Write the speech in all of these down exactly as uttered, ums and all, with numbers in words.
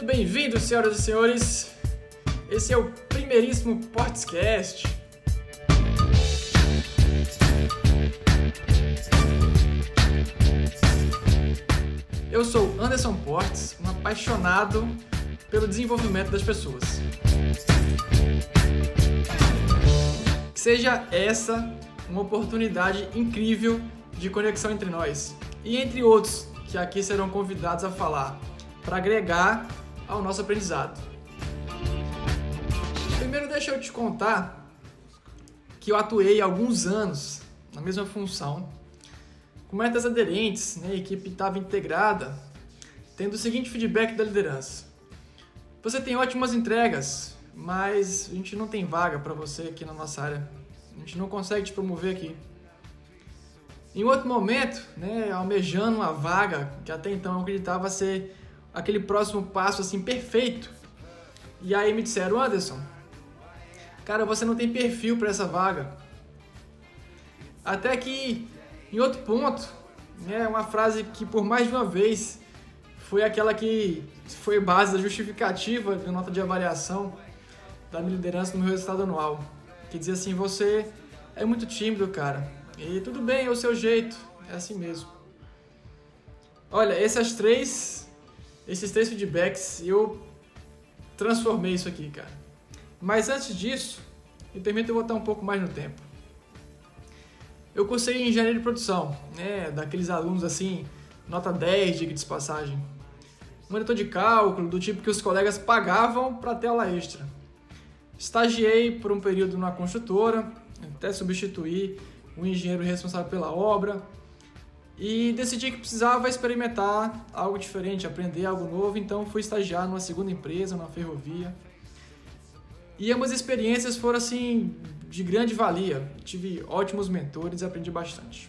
muito bem-vindos, senhoras e senhores. Esse é o primeiríssimo podcast. Eu sou Anderson Portes, um apaixonado pelo desenvolvimento das pessoas. Que seja essa uma oportunidade incrível de conexão entre nós e entre outros que aqui serão convidados a falar para agregar ao nosso aprendizado. Primeiro, deixa eu te contar que eu atuei alguns anos na mesma função, com metas aderentes, né? A equipe estava integrada, tendo o seguinte feedback da liderança: você tem ótimas entregas, mas a gente não tem vaga para você aqui na nossa área, a gente não consegue te promover aqui. Em outro momento, né, almejando uma vaga que até então eu acreditava ser aquele próximo passo assim perfeito, e aí me disseram: Anderson, cara, você não tem perfil para essa vaga. Até que em outro ponto, né, uma frase que por mais de uma vez foi aquela que foi base da justificativa da nota de avaliação da minha liderança no meu resultado anual, que dizia assim: você é muito tímido, cara, e tudo bem, é o seu jeito, é assim mesmo. Olha, essas três, esses três feedbacks, eu transformei isso aqui, cara. Mas antes disso, me permita voltar um pouco mais no tempo. Eu cursei engenharia de produção, né, daqueles alunos assim, nota dez, diga de passagem. Monitor de cálculo, do tipo que os colegas pagavam para ter aula extra. Estagiei por um período numa construtora, até substituir o engenheiro responsável pela obra, e decidi que precisava experimentar algo diferente, aprender algo novo, então fui estagiar numa segunda empresa, numa ferrovia. E ambas experiências foram assim de grande valia, tive ótimos mentores e aprendi bastante.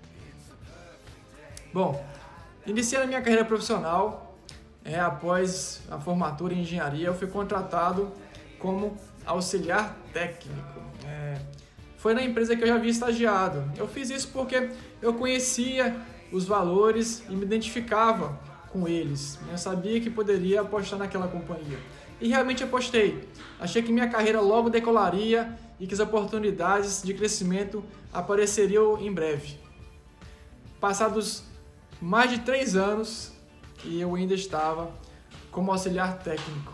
Bom, iniciei a minha carreira profissional, é, após a formatura em engenharia, eu fui contratado como auxiliar técnico. É, foi na empresa que eu já havia estagiado. Eu fiz isso porque eu conhecia os valores e me identificava com eles. Eu sabia que poderia apostar naquela companhia. E realmente apostei. Achei que minha carreira logo decolaria e que as oportunidades de crescimento apareceriam em breve. Passados mais de três anos, e eu ainda estava como auxiliar técnico.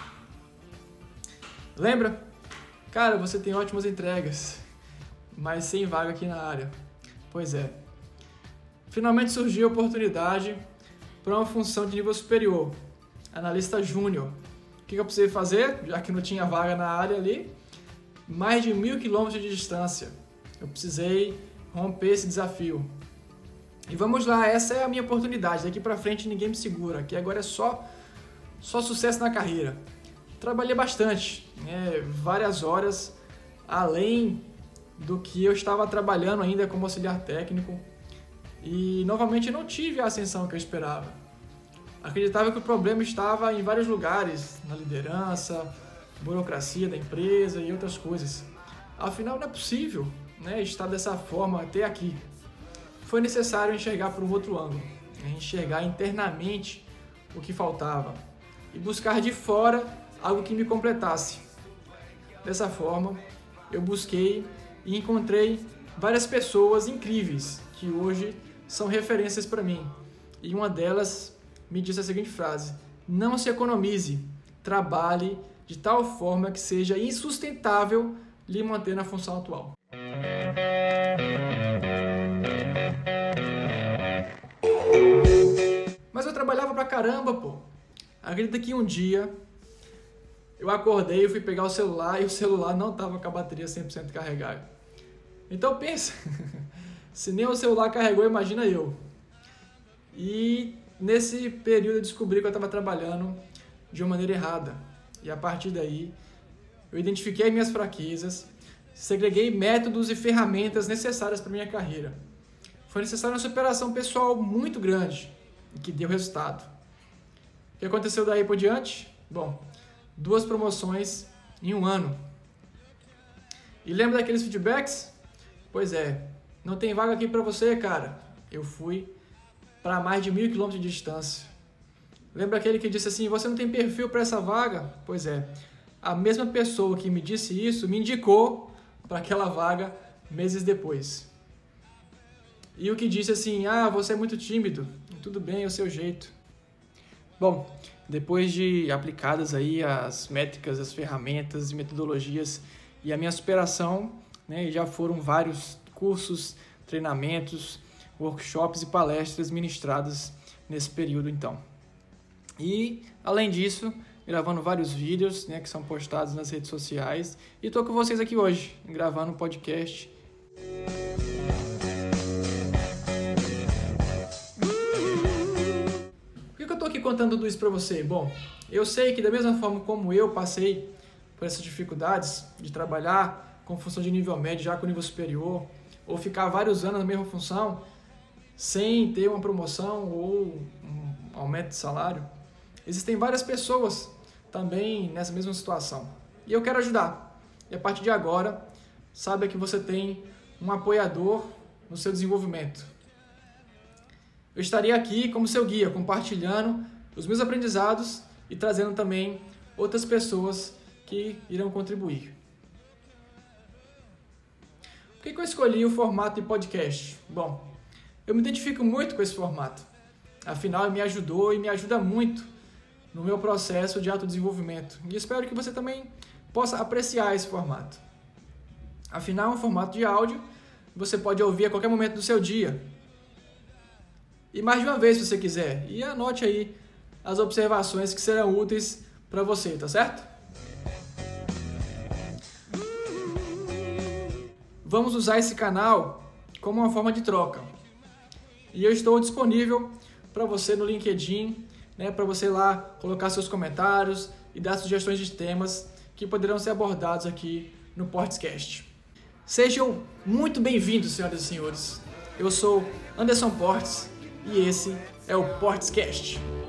Lembra? Cara, você tem ótimas entregas, mas sem vaga aqui na área. Pois é. Finalmente surgiu a oportunidade para uma função de nível superior, analista júnior. O que eu precisei fazer? Já que não tinha vaga na área ali, mais de mil quilômetros de distância. Eu precisei romper esse desafio. E vamos lá, essa é a minha oportunidade. Daqui para frente ninguém me segura. Aqui agora é só, só sucesso na carreira. Trabalhei bastante, né, várias horas, além do que eu estava trabalhando ainda como auxiliar técnico. E novamente não tive a ascensão que eu esperava. Acreditava que o problema estava em vários lugares, na liderança, burocracia da empresa e outras coisas. Afinal, não é possível, né, estar dessa forma até aqui. Foi necessário enxergar por um outro ângulo, né, enxergar internamente o que faltava e buscar de fora algo que me completasse. Dessa forma, eu busquei e encontrei várias pessoas incríveis que hoje são referências para mim. E uma delas me disse a seguinte frase: não se economize, trabalhe de tal forma que seja insustentável lhe manter na função atual. Mas eu trabalhava pra caramba, pô. Acredita que um dia eu acordei, eu fui pegar o celular e o celular não estava com a bateria cem por cento carregada. Então pensa, se nem o celular carregou, imagina eu. E nesse período eu descobri que eu estava trabalhando de uma maneira errada. E a partir daí, eu identifiquei minhas fraquezas, segreguei métodos e ferramentas necessárias para minha carreira. Foi necessária uma superação pessoal muito grande e que deu resultado. O que aconteceu daí por diante? Bom, duas promoções em um ano. E lembra daqueles feedbacks? Pois é, não tem vaga aqui para você, cara. Eu fui para mais de mil quilômetros de distância. Lembra aquele que disse assim, você não tem perfil para essa vaga? Pois é, a mesma pessoa que me disse isso me indicou para aquela vaga meses depois. E o que disse assim, ah, você é muito tímido, tudo bem, é o seu jeito. Bom, depois de aplicadas aí as métricas, as ferramentas e metodologias e a minha superação, né, já foram vários cursos, treinamentos, workshops e palestras ministradas nesse período então. E, além disso, gravando vários vídeos, né, que são postados nas redes sociais. E estou com vocês aqui hoje, gravando um podcast. Por que eu estou aqui contando tudo isso para você? Bom, eu sei que da mesma forma como eu passei por essas dificuldades de trabalhar com função de nível médio já com nível superior, ou ficar vários anos na mesma função, sem ter uma promoção ou um aumento de salário, existem várias pessoas também nessa mesma situação. E eu quero ajudar. E a partir de agora, saiba que você tem um apoiador no seu desenvolvimento. Eu estaria aqui como seu guia, compartilhando os meus aprendizados e trazendo também outras pessoas que irão contribuir. Por que eu escolhi o formato de podcast? Bom, eu me identifico muito com esse formato. Afinal, ele me ajudou e me ajuda muito no meu processo de autodesenvolvimento. E espero que você também possa apreciar esse formato. Afinal, é um formato de áudio, você pode ouvir a qualquer momento do seu dia. E mais de uma vez, se você quiser. E anote aí as observações que serão úteis para você, tá certo? Vamos usar esse canal como uma forma de troca. E eu estou disponível para você no LinkedIn, né, para você lá colocar seus comentários e dar sugestões de temas que poderão ser abordados aqui no Portscast. Sejam muito bem-vindos, senhoras e senhores. Eu sou Anderson Portes e esse é o Portscast.